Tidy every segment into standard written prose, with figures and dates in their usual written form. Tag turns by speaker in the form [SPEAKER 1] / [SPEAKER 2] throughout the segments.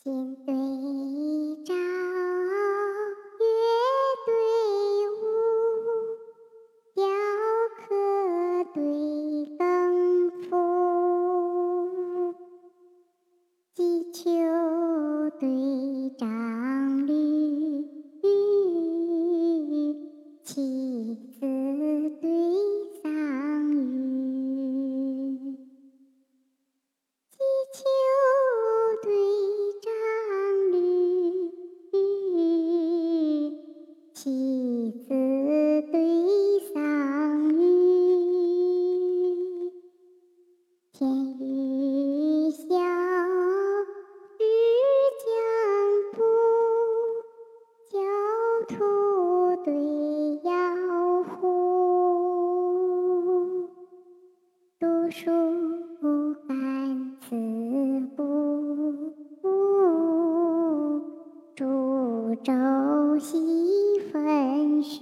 [SPEAKER 1] 金对照，月对舞，雕刻对更夫，击球对张驴，棋子对桑榆，击球对张驴，棋子对桑榆，天雨小，日将补，狡兔对咬虎，读书干词簿，煮粥洗粪须，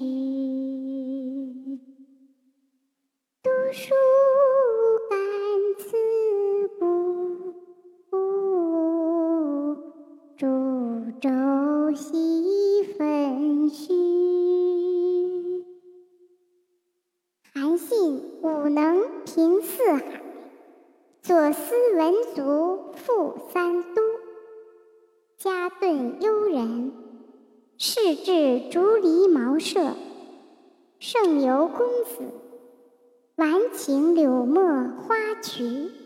[SPEAKER 1] 读书干词簿，煮粥洗粪须。韩信武能平四海，左思文族副三都，嘉顿幽人，仕至竹篱茅舍，盛游公子，玩情柳墨花瞿。